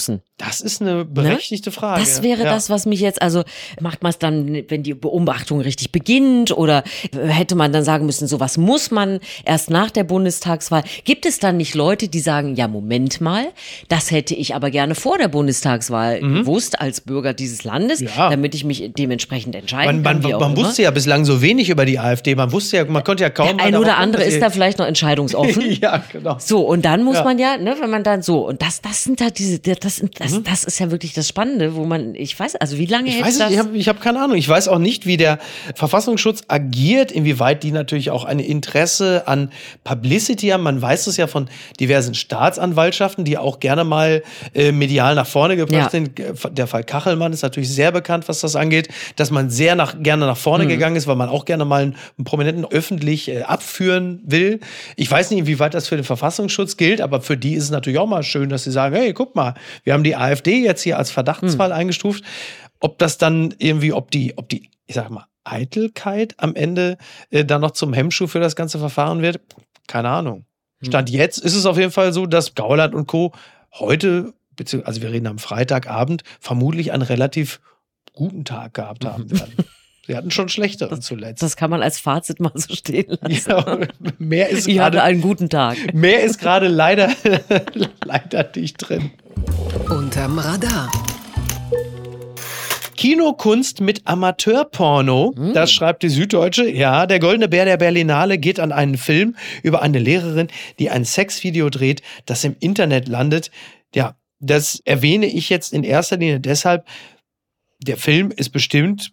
Das ist eine berechtigte ne? Frage. Das wäre ja. das, was mich jetzt, also macht man es dann, wenn die Beobachtung richtig beginnt oder hätte man dann sagen müssen, sowas muss man erst nach der Bundestagswahl. Gibt es dann nicht Leute, die sagen, ja Moment mal, das hätte ich aber gerne vor der Bundestagswahl mhm. gewusst als Bürger dieses Landes, ja. damit ich mich dementsprechend entscheiden man, kann. Man, man wusste ja bislang so wenig über die AfD, man wusste ja, man konnte ja kaum... Der ein oder andere ist da vielleicht noch entscheidungsoffen. Ja, genau. So, und dann muss ja. man ja, ne, wenn man dann so, und das, das sind halt diese, das sind, das, mhm. das ist ja wirklich das Spannende, wo man, ich weiß, also wie lange ich jetzt weiß das? Ich habe ich hab keine Ahnung. Ich weiß auch nicht, wie der Verfassungsschutz agiert, inwieweit die natürlich auch ein Interesse an Publicity haben. Man weiß es ja von diversen Staatsanwaltschaften, die auch gerne mal äh, medial nach vorne gebracht ja. sind. Der Fall Kachelmann ist natürlich sehr bekannt, was das angeht, dass man sehr nach, gerne nach vorne mhm. gegangen ist, weil man auch gerne mal einen, einen Prominenten öffentlich äh, abführen will. Ich weiß nicht, inwieweit das für den Verfassungsschutz gilt, aber für die ist es natürlich auch mal schön, dass sie sagen, hey, guck mal, wir haben die AfD jetzt hier als Verdachtsfall hm. eingestuft. Ob das dann irgendwie, ob die, ob die, ich sag mal, Eitelkeit am Ende äh, dann noch zum Hemmschuh für das ganze Verfahren wird, keine Ahnung. Stand hm. jetzt ist es auf jeden Fall so, dass Gauland und Co. heute, beziehungsweise also wir reden am Freitagabend, vermutlich einen relativ guten Tag gehabt haben werden. Sie hatten schon schlechteren das, zuletzt. Das kann man als Fazit mal so stehen lassen. Ja, mehr ist ich grade, hatte einen guten Tag. Mehr ist gerade leider, leider nicht drin. Unterm Radar. Kinokunst mit Amateurporno, hm. das schreibt die Süddeutsche. Ja, der Goldene Bär der Berlinale geht an einen Film über eine Lehrerin, die ein Sexvideo dreht, das im Internet landet. Ja, das erwähne ich jetzt in erster Linie deshalb, der Film ist bestimmt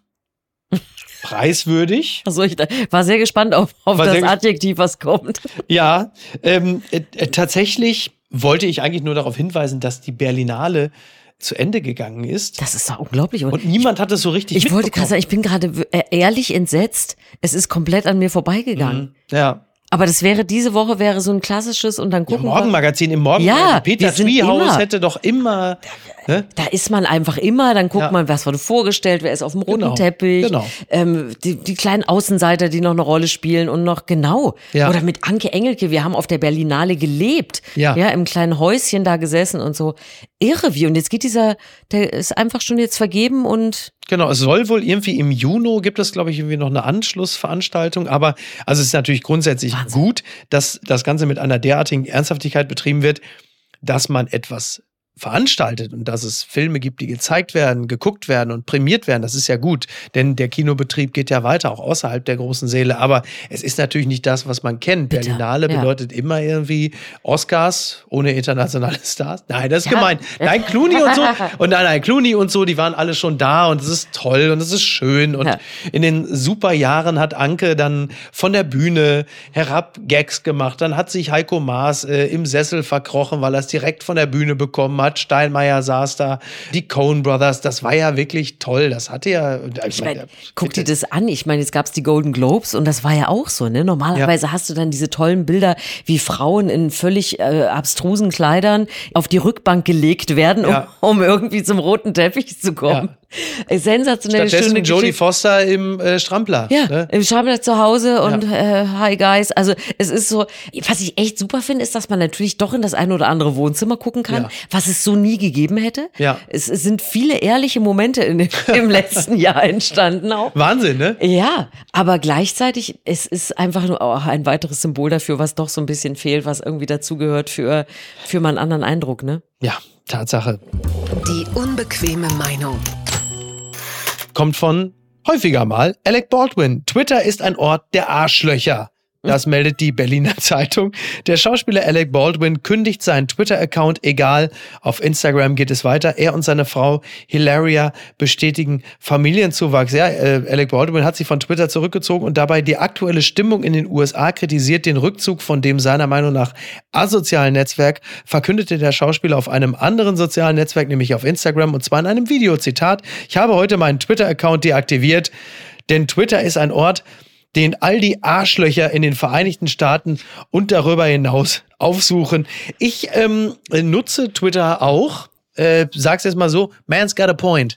preiswürdig. Also ich war sehr gespannt auf, auf das Adjektiv, was kommt. Ja, ähm, äh, tatsächlich wollte ich eigentlich nur darauf hinweisen, dass die Berlinale zu Ende gegangen ist. Das ist doch unglaublich. Und niemand hat es so richtig ich mitbekommen. Ich wollte gerade sagen, ich bin gerade ehrlich entsetzt. Es ist komplett an mir vorbeigegangen. Mhm. Ja. Aber das wäre, diese Woche wäre so ein klassisches und dann gucken ja, Morgenmagazin im Morgen. Ja, Peter Treehouse hätte doch immer... Ne? Da ist man einfach immer, dann guckt ja. man, was wurde vorgestellt, wer ist auf dem roten genau, Teppich, genau. Ähm, die, die kleinen Außenseiter, die noch eine Rolle spielen und noch, genau. Ja. Oder mit Anke Engelke, wir haben auf der Berlinale gelebt, ja. ja, im kleinen Häuschen da gesessen und so. Irre wie. Und jetzt geht dieser, der ist einfach schon jetzt vergeben und... Genau, es soll wohl irgendwie im Juni, gibt es, glaube ich, irgendwie noch eine Anschlussveranstaltung. Aber also es ist natürlich grundsätzlich Wahnsinn. Gut, dass das Ganze mit einer derartigen Ernsthaftigkeit betrieben wird, dass man etwas veranstaltet und dass es Filme gibt, die gezeigt werden, geguckt werden und prämiert werden. Das ist ja gut, denn der Kinobetrieb geht ja weiter, auch außerhalb der großen Säle. Aber es ist natürlich nicht das, was man kennt. Bitte. Berlinale ja. bedeutet immer irgendwie Oscars ohne internationale Stars. Nein, das ist ja. gemein. Nein, Clooney und so. Und nein, nein, Clooney und so, die waren alle schon da und es ist toll und es ist schön. Und ja. in den super Jahren hat Anke dann von der Bühne herab Gags gemacht. Dann hat sich Heiko Maas äh, im Sessel verkrochen, weil er es direkt von der Bühne bekommen hat. Steinmeier saß da, die Coen Brothers, das war ja wirklich toll. Das hatte ja... Ich, ich meine, guck dir das an. Ich meine, jetzt gab es die Golden Globes und das war ja auch so, ne? Normalerweise ja. hast du dann diese tollen Bilder, wie Frauen in völlig äh, abstrusen Kleidern auf die Rückbank gelegt werden, um, ja. um irgendwie zum roten Teppich zu kommen. Ja. Sensationelle Stattdessen schöne Jodie Foster im äh, Strampler. Ja, ne? im Strampler zu Hause und ja. äh, hi guys. Also es ist so, was ich echt super finde, ist, dass man natürlich doch in das eine oder andere Wohnzimmer gucken kann, ja. was es so nie gegeben hätte. Ja. Es, es sind viele ehrliche Momente in, im letzten Jahr entstanden auch. Wahnsinn, ne? Ja, aber gleichzeitig, es ist einfach nur auch ein weiteres Symbol dafür, was doch so ein bisschen fehlt, was irgendwie dazugehört für, für mal einen anderen Eindruck, ne? Ja, Tatsache. Die unbequeme Meinung. Kommt von häufiger mal Alec Baldwin. Twitter ist ein Ort der Arschlöcher. Das meldet die Berliner Zeitung. Der Schauspieler Alec Baldwin kündigt seinen Twitter-Account egal. Auf Instagram geht es weiter. Er und seine Frau Hilaria bestätigen Familienzuwachs. Ja, äh, Alec Baldwin hat sich von Twitter zurückgezogen und dabei die aktuelle Stimmung in den U S A kritisiert. Den Rückzug von dem seiner Meinung nach asozialen Netzwerk verkündete der Schauspieler auf einem anderen sozialen Netzwerk, nämlich auf Instagram, und zwar in einem Video. Zitat: Ich habe heute meinen Twitter-Account deaktiviert, denn Twitter ist ein Ort, den all die Arschlöcher in den Vereinigten Staaten und darüber hinaus aufsuchen. Ich ähm, nutze Twitter auch. äh, sag's jetzt mal so, man's got a point.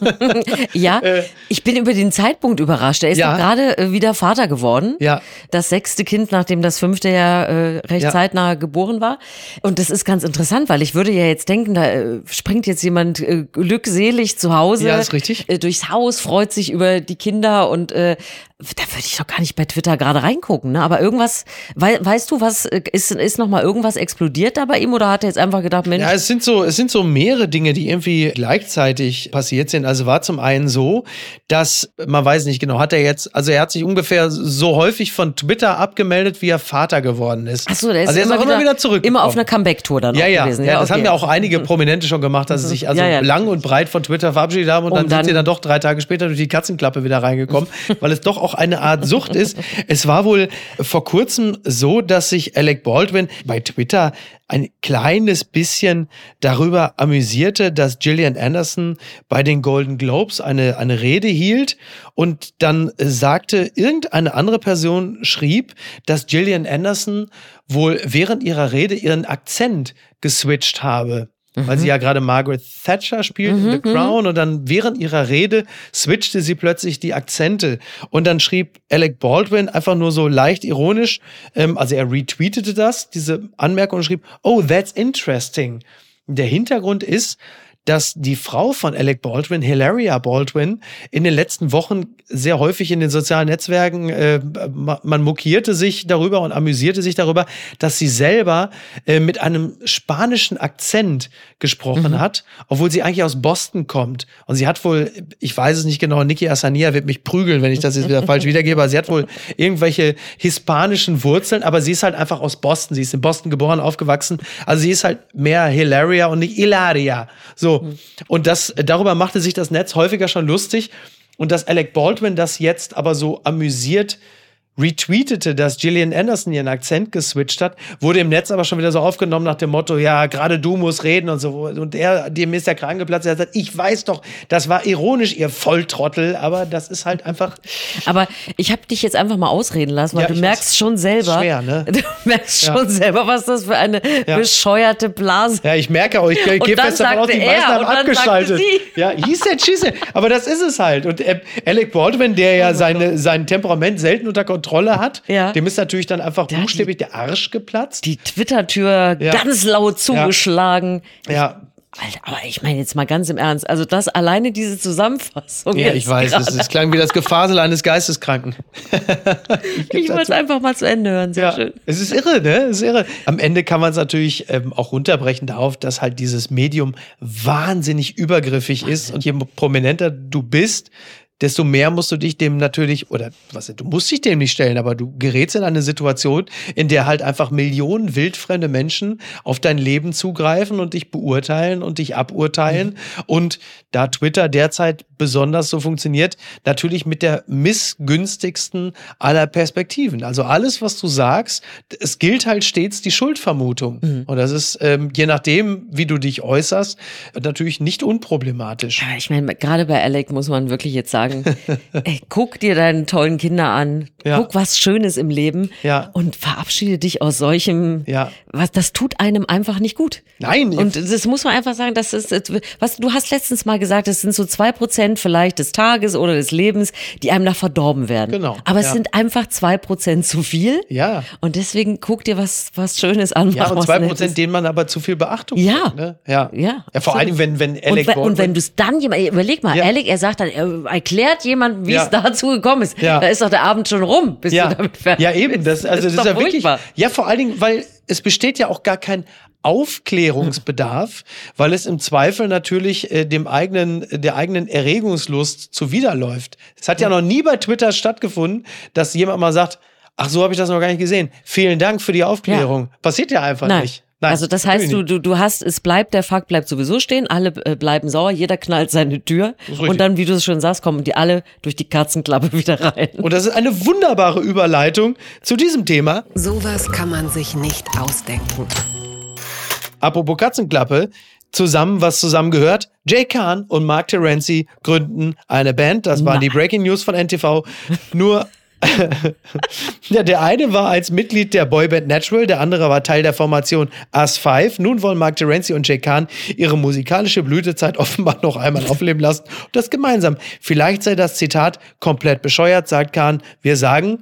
Ja, ich bin über den Zeitpunkt überrascht. Er ist Ja. doch gerade äh, wieder Vater geworden. Ja. Das sechste Kind, nachdem das fünfte ja äh, recht Ja. zeitnah geboren war. Und das ist ganz interessant, weil ich würde ja jetzt denken, da äh, springt jetzt jemand äh, glückselig zu Hause Ja, ist richtig. Äh, durchs Haus, freut sich über die Kinder und äh, da würde ich doch gar nicht bei Twitter gerade reingucken. Ne? Aber irgendwas, wei weißt du, was äh, ist, ist noch mal irgendwas explodiert da bei ihm oder hat er jetzt einfach gedacht, Mensch, Ja, es sind so, es sind so mehrere Dinge, die irgendwie gleichzeitig passiert sind. Also war zum einen so, dass, man weiß nicht genau, hat er jetzt, also er hat sich ungefähr so häufig von Twitter abgemeldet, wie er Vater geworden ist. ach so, der ist, also er ist immer, auch wieder, immer wieder zurück. immer auf einer Comeback-Tour dann Ja, auch ja, gewesen. ja, das okay. haben ja auch einige Prominente schon gemacht, dass sie sich also Ja, ja. lang und breit von Twitter verabschiedet haben und Um dann, dann- sind sie dann doch drei Tage später durch die Katzenklappe wieder reingekommen, weil es doch auch eine Art Sucht ist. Es war wohl vor kurzem so, dass sich Alec Baldwin bei Twitter ein kleines bisschen darüber amüsierte, dass Gillian Anderson bei den Golden Globes eine, eine Rede hielt und dann sagte, irgendeine andere Person schrieb, dass Gillian Anderson wohl während ihrer Rede ihren Akzent geswitcht habe. Weil sie ja gerade Margaret Thatcher spielt in The Crown und dann während ihrer Rede switchte sie plötzlich die Akzente und dann schrieb Alec Baldwin einfach nur so leicht ironisch, ähm, also er retweetete das, diese Anmerkung und schrieb, oh, that's interesting. Der Hintergrund ist, dass die Frau von Alec Baldwin, Hilaria Baldwin, in den letzten Wochen sehr häufig in den sozialen Netzwerken, äh, man mokierte sich darüber und amüsierte sich darüber, dass sie selber äh, mit einem spanischen Akzent gesprochen mhm. hat, obwohl sie eigentlich aus Boston kommt. Und sie hat wohl, ich weiß es nicht genau, Niki Asania wird mich prügeln, wenn ich das jetzt wieder falsch wiedergebe, aber sie hat wohl irgendwelche hispanischen Wurzeln, aber sie ist halt einfach aus Boston. Sie ist in Boston geboren, aufgewachsen. Also sie ist halt mehr Hilaria und nicht Hilaria. So. Und das, darüber machte sich das Netz häufiger schon lustig. Und dass Alec Baldwin das jetzt aber so amüsiert retweetete, dass Gillian Anderson ihren Akzent geswitcht hat, wurde im Netz aber schon wieder so aufgenommen nach dem Motto, ja, gerade du musst reden und so. Und er, dem ist der Kragen geplatzt, er hat gesagt, ich weiß doch, das war ironisch, ihr Volltrottel, aber das ist halt einfach... Aber ich habe dich jetzt einfach mal ausreden lassen, weil Ja, du ich merkst weiß. schon selber, Schwer, ne? du merkst Ja. schon selber, was das für eine Ja. bescheuerte Blase. Ja, ich merke auch, ich gehe Und dann fest davon aus, die sagte meisten er, haben und dann abgeschaltet. sagte sie. Ja, he said, she said. Aber das ist es halt. Und äh, Alec Baldwin, der ja seine, sein Temperament selten unter Kontrolle hat, Ja. dem ist natürlich dann einfach Ja, buchstäblich der Arsch geplatzt. Die Twitter-Tür Ja. ganz laut zugeschlagen. Ja. Alter, aber ich meine jetzt mal ganz im Ernst, also das alleine diese Zusammenfassung. Ja, jetzt ich weiß, gerade. es, es klang wie das Gefasel eines Geisteskranken. Ich wollte es einfach mal zu Ende hören, sehr Ja, schön. es ist irre, ne? Es ist irre. Am Ende kann man es natürlich ähm, auch runterbrechen darauf, dass halt dieses Medium wahnsinnig übergriffig ist und je prominenter du bist, desto mehr musst du dich dem natürlich, oder was, du musst dich dem nicht stellen, aber du gerätst in eine Situation, in der halt einfach Millionen wildfremde Menschen auf dein Leben zugreifen und dich beurteilen und dich aburteilen. Mhm. Und da Twitter derzeit besonders so funktioniert, natürlich mit der missgünstigsten aller Perspektiven. Also alles, was du sagst, es gilt halt stets die Schuldvermutung. Mhm. Und das ist, ähm, je nachdem, wie du dich äußerst, natürlich nicht unproblematisch. Aber ich meine, gerade bei Alec muss man wirklich jetzt sagen, ey, guck dir deine tollen Kinder an, Ja. guck was Schönes im Leben Ja. und verabschiede dich aus solchem, Ja. was, das tut einem einfach nicht gut. Nein. Und das muss man einfach sagen, das ist, was du hast letztens mal gesagt, es sind so zwei Prozent vielleicht des Tages oder des Lebens, die einem nach verdorben werden. Genau, Aber es ja. sind einfach zwei Prozent zu viel. Ja. Und deswegen guck dir was, was Schönes an. Ja, mach und was zwei Nettes. Prozent, denen man aber zu viel Beachtung Ja. schenkt, ne? Ja. Ja, Ja, vor allem, wenn, wenn Alec und, wenn- und Baldwin- wenn du es dann jemand, überleg mal, Ja. Alec, er sagt dann, er erklärt jemand, wie Ja. es dazu gekommen ist. Ja. Da ist doch der Abend schon rum, bis ja. du damit fertig Ja, eben. Das, bist. also, das ist, doch ja wirklich. furchtbar. Ja, vor allen Dingen, weil es besteht ja auch gar kein Aufklärungsbedarf, weil es im Zweifel natürlich äh, dem eigenen, der eigenen Erregungslust zuwiderläuft. Es hat ja noch nie bei Twitter stattgefunden, dass jemand mal sagt, ach, so habe ich das noch gar nicht gesehen. Vielen Dank für die Aufklärung. Passiert ja einfach Nein. nicht. Nein, also das heißt, du, natürlich du, du hast, es bleibt, der Fakt bleibt sowieso stehen, alle äh, bleiben sauer, jeder knallt seine Tür ist richtig. und dann, wie du es schon sagst, kommen die alle durch die Katzenklappe wieder rein. Und das ist eine wunderbare Überleitung zu diesem Thema. Sowas kann man sich nicht ausdenken. Apropos Katzenklappe, zusammen, was zusammen gehört. Jay Khan und Mark Terenzi gründen eine Band. Das waren Nein. die Breaking News von N T V. Nur Ja, der eine war als Mitglied der Boyband Natural, der andere war Teil der Formation Us Five. Nun wollen Mark Terenzi und Jay Khan ihre musikalische Blütezeit offenbar noch einmal aufleben lassen. Und das gemeinsam. Vielleicht sei das Zitat komplett bescheuert, sagt Khan. Wir sagen,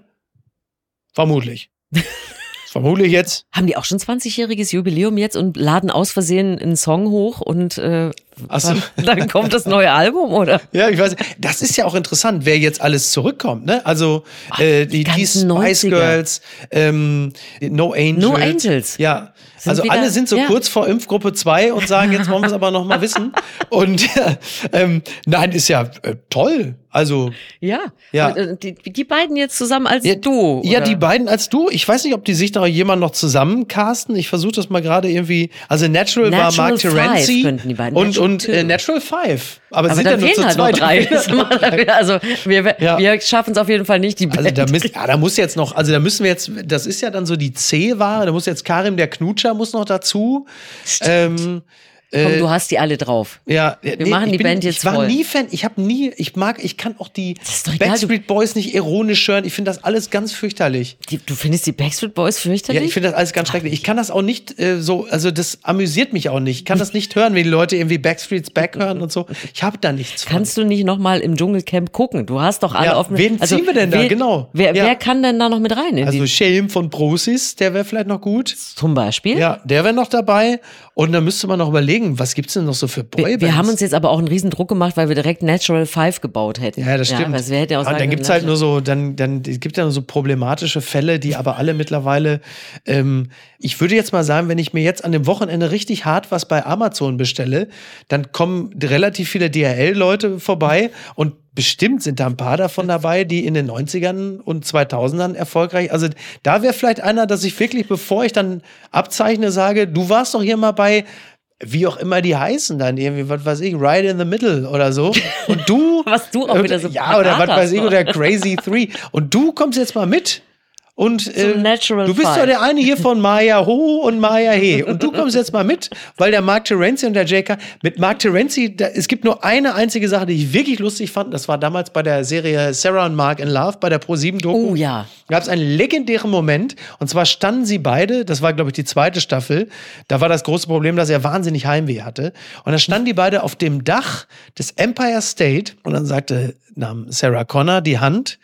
vermutlich. Vermutlich jetzt. Haben die auch schon zwanzigjähriges Jubiläum jetzt und laden aus Versehen einen Song hoch und äh, Ach so. dann kommt das neue Album, oder? Ja, ich weiß. Das ist ja auch interessant, wer jetzt alles zurückkommt, ne? Also Ach, äh, die die, die ganzen Spice neunziger. Girls, ähm, No Angels. No Angels. Ja. Sind Also wieder- alle sind so ja. kurz vor Impfgruppe zwei und sagen, jetzt wollen wir es aber noch mal wissen. Und ähm, nein, ist ja äh, toll. Also Ja. Ja. Und, äh, die, die beiden jetzt zusammen als ja, Duo. Ja, oder? die beiden als du. Ich weiß nicht, ob die sich noch jemand noch zusammen casten. Ich versuche das mal gerade irgendwie. Also Natural, war Natural Mark Five Terenzi könnten die beiden. und Natural und äh, Two. Natural Five. Aber, Aber sind dann ja nur fehlen zu halt noch zweit. drei. Das macht- also wir, Ja. wir schaffen es auf jeden Fall nicht, die Also Band. da, müssen, ja, da muss jetzt noch, also da müssen wir jetzt, das ist ja dann so die C-Ware, da muss jetzt Karim der Knutscher muss noch dazu. Ähm, Komm, du hast die alle drauf. ja, Wir machen ich die Band jetzt Ich war voll. nie Fan, ich habe nie, ich mag, ich kann auch die ist doch egal, Backstreet Boys nicht ironisch hören. Ich finde das alles ganz fürchterlich. Die, du findest die Backstreet Boys fürchterlich? Ja, ich finde das alles ganz schrecklich. Ich kann das auch nicht äh, so, also das amüsiert mich auch nicht. Ich kann das nicht hören, wenn die Leute irgendwie Backstreet's Back hören und so. Ich habe da nichts von. Kannst du nicht noch mal im Dschungelcamp gucken? Du hast doch alle Ja, offen. wen ziehen wir denn da? wer, Genau. Wer, Ja. wer kann denn da noch mit rein? In Also die, Shelm von Brosis, der wäre vielleicht noch gut. zum Beispiel? Ja, der wäre noch dabei. Und dann müsste man noch überlegen, was gibt's denn noch so für Wir, Boybands? wir haben uns jetzt aber auch einen riesen Druck gemacht, weil wir direkt Natural Five gebaut hätten. ja, das stimmt. Ja, was, wer hätte auch und sagen dann können, gibt's halt Natural- nur so, dann, dann es gibt ja nur so problematische Fälle, die aber alle mittlerweile, ähm, ich würde jetzt mal sagen, wenn ich mir jetzt an dem Wochenende richtig hart was bei Amazon bestelle, dann kommen relativ viele D H L-Leute vorbei und bestimmt sind da ein paar davon dabei, die in den neunzigern und zweitausendern erfolgreich, also da wäre vielleicht einer, dass ich wirklich, bevor ich dann abzeichne, sage, du warst doch hier mal bei wie auch immer die heißen dann irgendwie, was weiß ich, Ride in the Middle oder so. Und du. Was du auch wieder so Ja, oder was parat weiß ich, hast, oder Crazy Three. Und du kommst jetzt mal mit. Und äh, Natural du bist Five. doch der eine hier von Maya Ho und Maya He. Und du kommst jetzt mal mit, weil der Mark Terenzi und der J K. Mit Mark Terenzi, da, es gibt nur eine einzige Sache, die ich wirklich lustig fand. Das war damals bei der Serie Sarah und Mark in Love, bei der Pro sieben Doku. Oh ja. Gab es einen legendären Moment. Und zwar standen sie beide, das war, glaube ich, die zweite Staffel. Da war das große Problem, dass er wahnsinnig Heimweh hatte. Und dann standen die beide auf dem Dach des Empire State. Und dann sagte, nahm Sarah Connor die Hand.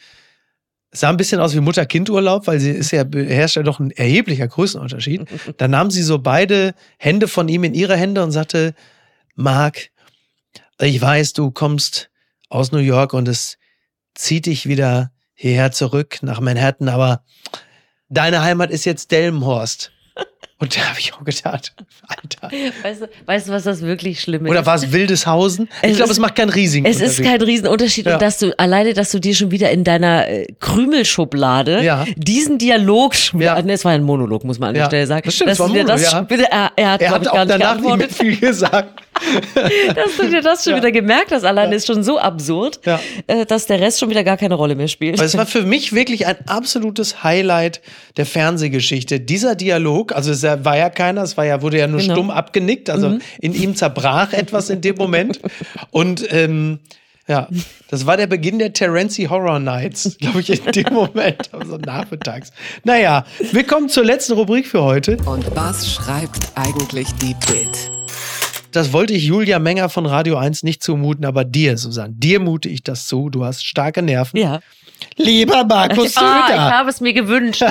Es sah ein bisschen aus wie Mutter-Kind-Urlaub, weil sie ist ja, herrscht ja doch ein erheblicher Größenunterschied. Dann nahm sie so beide Hände von ihm in ihre Hände und sagte, Mark, ich weiß, du kommst aus New York und es zieht dich wieder hierher zurück nach Manhattan, aber deine Heimat ist jetzt Delmenhorst. Und da habe ich auch gedacht, Alter. Weißt du, weißt du, was das wirklich Schlimme Oder ist? war es Wildeshausen? Ich Es glaube, ist- es macht keinen riesigen Es ist Unterschied. kein Riesenunterschied Ja. und dass du alleine, dass du dir schon wieder in deiner äh, Krümelschublade Ja. diesen Dialog schon wieder, Ja. nee, es war ein Monolog, muss man an der Ja. Stelle sagen. Das stimmt, dass es war du dir ein das Monolog, ja. schon wieder, er, er hat, Er glaub hat ich, auch gar nicht danach nicht mehr geantwortet, viel gesagt. dass du dir das schon Ja. wieder gemerkt hast. Alleine ist schon so absurd, Ja. äh, dass der Rest schon wieder gar keine Rolle mehr spielt. Aber es war für mich wirklich ein absolutes Highlight der Fernsehgeschichte. Dieser Dialog, also es war ja keiner, es war ja, wurde ja nur Genau. stumm abgenickt, also in ihm zerbrach etwas in dem Moment. Und ähm, ja, das war der Beginn der Terenzi Horror Nights, glaube ich, in dem Moment, also nachmittags. Naja, wir kommen zur letzten Rubrik für heute. Und was schreibt eigentlich die Bild? Das wollte ich Julia Menger von Radio eins nicht zumuten, aber dir, Susanne, dir mute ich das zu. Du hast starke Nerven. Ja. Lieber Markus Ah, ich Söder. habe es mir gewünscht.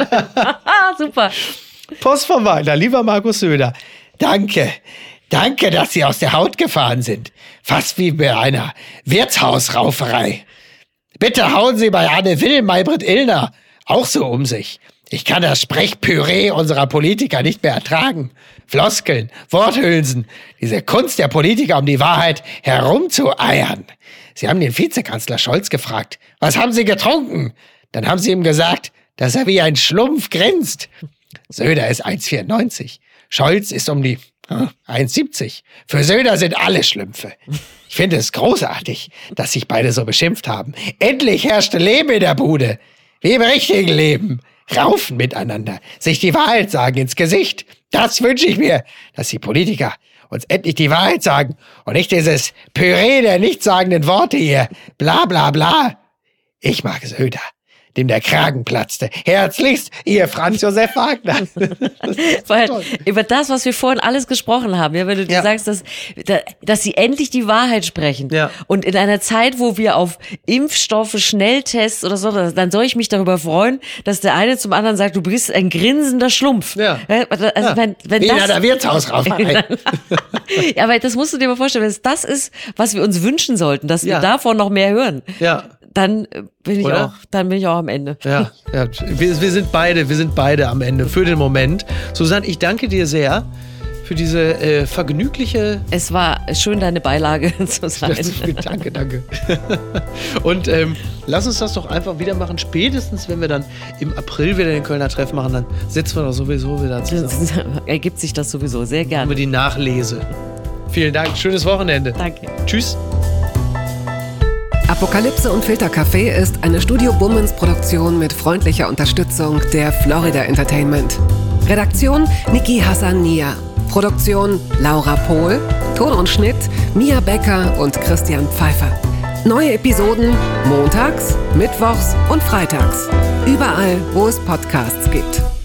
Super. Postverwalter, lieber Markus Söder, danke, danke, dass Sie aus der Haut gefahren sind. Fast wie bei einer Wirtshausrauferei. Bitte hauen Sie bei Anne Will, Maybrit Illner auch so um sich. Ich kann das Sprechpüree unserer Politiker nicht mehr ertragen. Floskeln, Worthülsen, diese Kunst der Politiker, um die Wahrheit herumzueiern. Sie haben den Vizekanzler Scholz gefragt, was haben Sie getrunken? Dann haben Sie ihm gesagt, dass er wie ein Schlumpf grinst. Söder ist eins Komma vierundneunzig. Scholz ist um die hm, eins Komma siebzig. Für Söder sind alle Schlümpfe. Ich finde es großartig, dass sich beide so beschimpft haben. Endlich herrschte Leben in der Bude. Wie im richtigen Leben. Raufen miteinander. Sich die Wahrheit sagen ins Gesicht. Das wünsche ich mir, dass die Politiker uns endlich die Wahrheit sagen und nicht dieses Püree der nichtssagenden Worte hier. Bla bla bla. Ich mag Söder. dem der Kragen platzte. Herzlichst, ihr Franz Josef Wagner. Das Weil toll. über das, was wir vorhin alles gesprochen haben, ja, wenn du Ja. sagst, dass, dass sie endlich die Wahrheit sprechen. Ja. Und in einer Zeit, wo wir auf Impfstoffe, Schnelltests oder so, dann soll ich mich darüber freuen, dass der eine zum anderen sagt, du bist ein grinsender Schlumpf. Ja. Also Ja. wenn, wenn Wieder das, der Wirtshausrauferei. ja, aber das musst du dir mal vorstellen, wenn es das ist, was wir uns wünschen sollten, dass Ja. wir davon noch mehr hören. Ja. Dann äh, bin ich Oder? auch, dann bin ich auch am Ende. Ja, ja. Wir, wir sind beide, wir sind beide am Ende für den Moment. Susanne, ich danke dir sehr für diese äh, vergnügliche. Es war schön, deine Beilage zu sein. danke, danke. Und ähm, lass uns das doch einfach wieder machen. Spätestens, wenn wir dann im April wieder den Kölner Treff machen, dann sitzen wir doch sowieso wieder zusammen. Ergibt sich das sowieso sehr Haben gerne. wir die Nachlese. Vielen Dank, schönes Wochenende. Danke. Tschüss. Apokalypse und Filtercafé ist eine Studio Bummens Produktion mit freundlicher Unterstützung der Florida Entertainment. Redaktion Niki Hassania. Produktion Laura Pohl. Ton und Schnitt Mia Becker und Christian Pfeiffer. Neue Episoden montags, mittwochs und freitags. Überall, wo es Podcasts gibt.